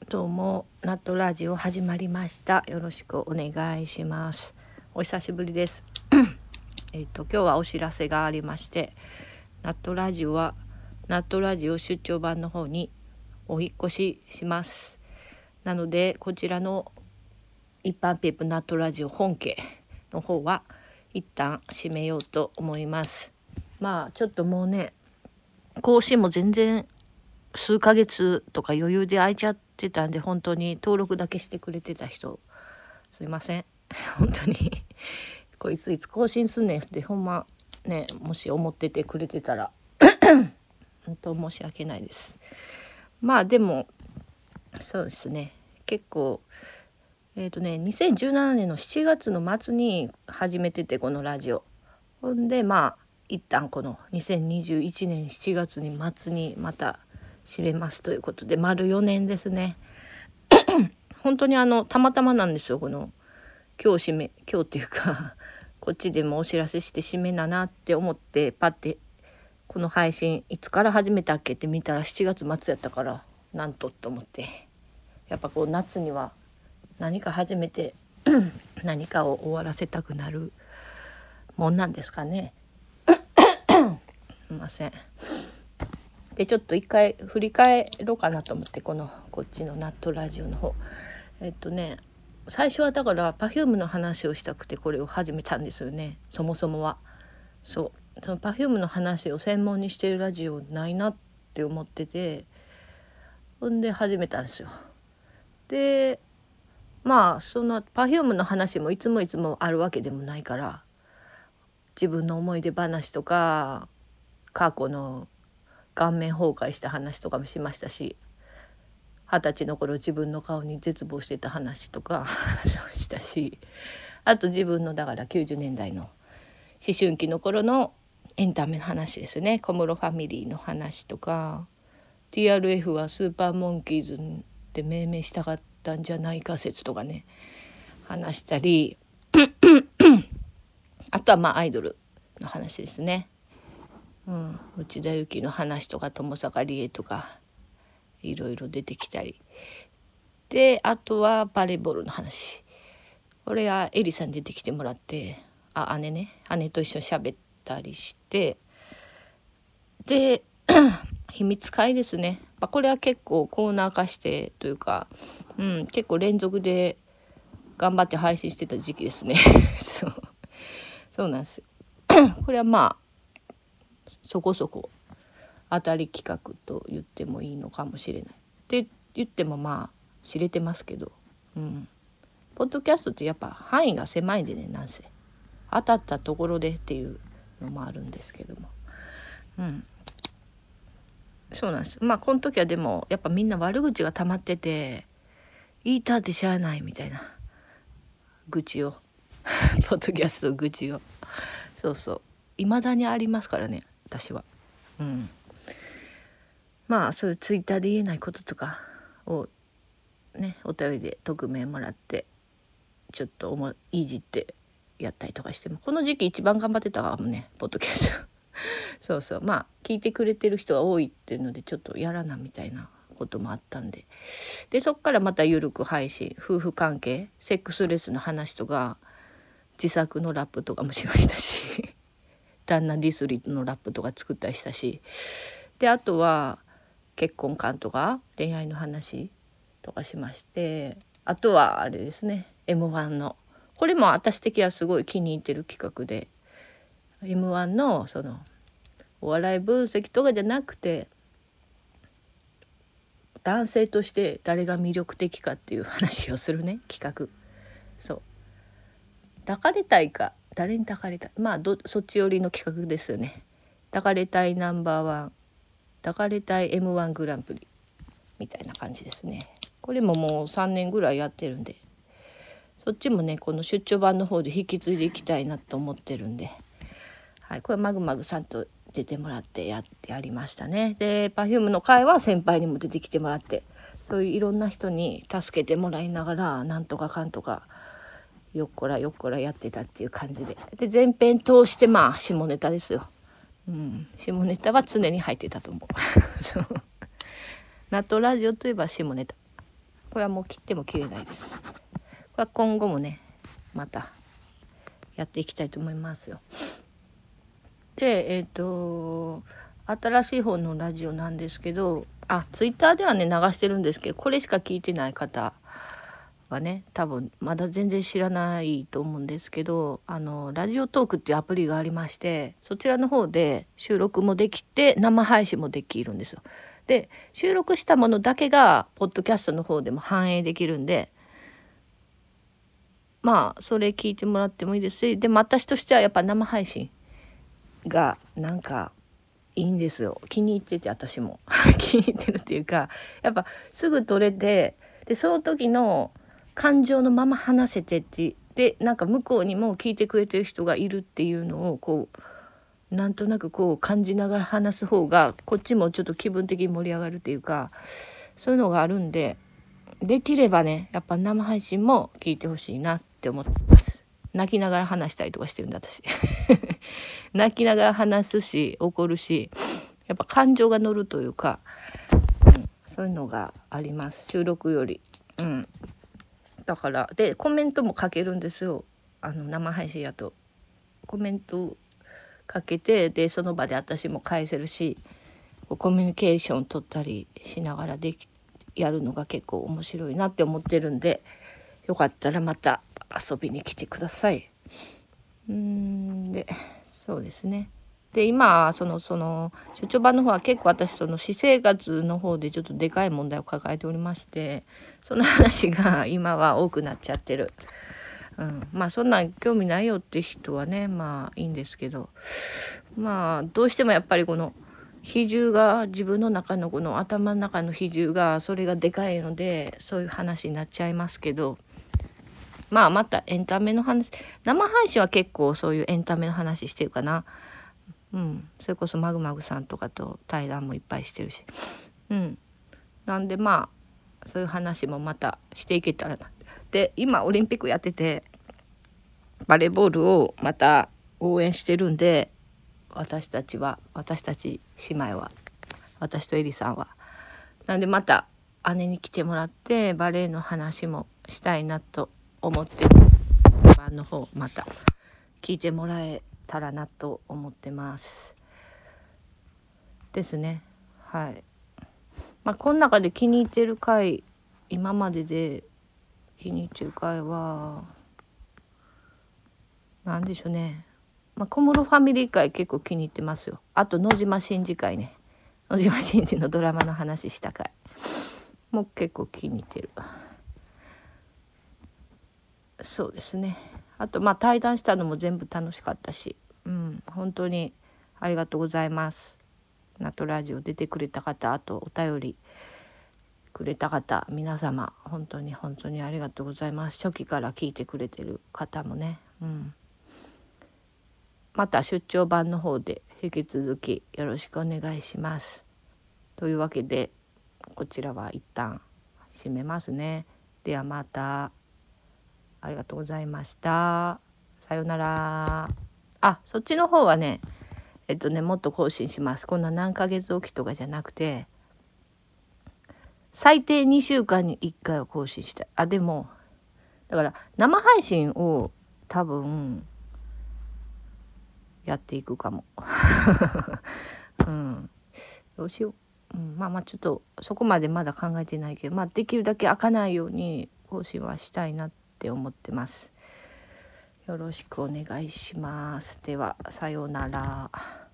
どうもナットラジオ始まりました。よろしくお願いします。お久しぶりです今日はお知らせがありまして、ナットラジオ出張版の方にお引越しします。なのでこちらの一般ペープナットラジオ本家の方は一旦閉めようと思います。ちょっともうね、更新も全然数ヶ月とか余裕で空いちゃってたんで、本当に登録だけしてくれてた人すいません本当にこいついつ更新すんねんってほんまね、もし思っててくれてたら本当申し訳ないです。でもそうですね、結構2017年の7月の末に始めてて、このラジオほんで一旦この2021年7月に末にまた閉めますということで、丸4年ですね本当にたまたまなんですよ。この今日っていうかこっちでもお知らせして締めだなって思って、パッてこの配信いつから始めたっけって見たら7月末やったから、なんとと思って、やっぱこう夏には何か始めて何かを終わらせたくなるもんなんですかねすいません。でちょっと一回振り返ろうかなと思って、こっちのナットラジオの方最初はだから Perfume の話をしたくてこれを始めたんですよね。そもそもはその Perfume の話を専門にしているラジオないなって思ってて、ほんで始めたんですよ。でその Perfume の話もいつもあるわけでもないから、自分の思い出話とか過去の顔面崩壊した話とかもしましたし、20歳の頃自分の顔に絶望してた話とかしたし、あと自分のだから90年代の思春期の頃のエンタメの話ですね。小室ファミリーの話とか、 TRF はスーパーモンキーズって命名したかったんじゃないか説とかね話したりあとはアイドルの話ですね。内田有紀の話とか友坂理恵とかいろいろ出てきたりで、あとはバレーボールの話、これはエリさん出てきてもらって、姉と一緒に喋ったりして、で秘密会ですね。これは結構コーナー化してというか、結構連続で頑張って配信してた時期ですねそうなんですよこれはそこそこ当たり企画と言ってもいいのかもしれないって言っても知れてますけど、ポッドキャストってやっぱ範囲が狭いんでね、なんせ当たったところでっていうのもあるんですけども、そうなんです。この時はでもやっぱみんな悪口が溜まってて、言いたってしゃあないみたいな愚痴をポッドキャスト愚痴をそう未だにありますからね、私は。そういうツイッターで言えないこととかをね、お便りで匿名もらってちょっといじってやったりとかしても、この時期一番頑張ってたわもんね、ポッドキャスト聞いてくれてる人が多いっていうのでちょっとやらなみたいなこともあったんで、そっからまたゆるく配信、夫婦関係、セックスレスの話とか自作のラップとかもしましたし旦那ディスリのラップとか作ったりしたし、であとは結婚観とか恋愛の話とかしまして、あとはあれですね、 M1 のこれも私的にはすごい気に入ってる企画で、 M1 のそのお笑い分析とかじゃなくて、男性として誰が魅力的かっていう話をするね企画。そう抱かれたいか誰に抱かれたい、そっち寄りの企画ですよね。抱かれたいナンバーワン、抱かれたい M1 グランプリみたいな感じですね。これももう3年ぐらいやってるんで、そっちもねこの出張版の方で引き継いでいきたいなと思ってるんで、これマグマグさんと出てもらってやりましたね。で Perfume の会は先輩にも出てきてもらって、そういういろんな人に助けてもらいながらなんとかかんとかよっこらやってたっていう感じで、前編通して下ネタですよ。下ネタは常に入ってたと思うそうナットラジオといえば下ネタこれはもう切っても切れないです。これは今後もねまたやっていきたいと思いますよ。で新しい方のラジオなんですけど、ツイッターではね流してるんですけど、これしか聞いてない方はね多分まだ全然知らないと思うんですけど、ラジオトークっていうアプリがありまして、そちらの方で収録もできて生配信もできるんですよ。で収録したものだけがポッドキャストの方でも反映できるんで、まあそれ聞いてもらってもいいですし、でも私としてはやっぱ生配信がなんかいいんですよ。気に入ってて、私も気に入ってるっていうか、やっぱすぐ撮れて、でその時の感情のまま話せてってで、なんか向こうにも聞いてくれてる人がいるっていうのをこうなんとなくこう感じながら話す方がこっちもちょっと気分的に盛り上がるっていうか、そういうのがあるんで、できればねやっぱ生配信も聞いてほしいなって思ってます。泣きながら話したりとかしてるんだ私泣きながら話すし怒るし、やっぱ感情が乗るというか、そういうのがあります、収録より。だからでコメントも書けるんですよ。生配信やとコメントかけて、でその場で私も返せるし、コミュニケーション取ったりしながらやるのが結構面白いなって思ってるんで、よかったらまた遊びに来てください。でそうですね。で今その出張版の方は結構私その私生活の方でちょっとでかい問題を抱えておりまして、その話が今は多くなっちゃってる。まあそんなん興味ないよって人はねまあいいんですけど、まあどうしてもやっぱりこの比重が自分の中のこの頭の中の比重がそれがでかいのでそういう話になっちゃいますけど、まあまたエンタメの話、生配信は結構そういうエンタメの話してるかな。それこそマグマグさんとかと対談もいっぱいしてるし、なんでまあそういう話もまたしていけたらな。で今オリンピックやっててバレーボールをまた応援してるんで、私たち姉妹は、私とエリさんはなんでまた姉に来てもらってバレーの話もしたいなと思ってる番の方また聞いてもらえたらなと思ってますですね。はい。この中で気に入ってる回、今までで気に入ってる回は何でしょうね。小室ファミリー会結構気に入ってますよ。あと野島真司会ね、野島真司のドラマの話した回も結構気に入ってる。そうですね。あと対談したのも全部楽しかったし、本当にありがとうございます。ナトラジオ出てくれた方、あとお便りくれた方、皆様本当に本当にありがとうございます。初期から聞いてくれてる方もね、また出張版の方で引き続きよろしくお願いします。というわけでこちらは一旦締めますね。ではまた。ありがとうございました。さようなら。そっちの方はねもっと更新します。こんな何ヶ月おきとかじゃなくて最低2週間に1回は更新したい。でもだから生配信を多分やっていくかもどうしよう。ちょっとそこまでまだ考えてないけど、できるだけ開かないように更新はしたいなって思ってます。よろしくお願いします。ではさようなら。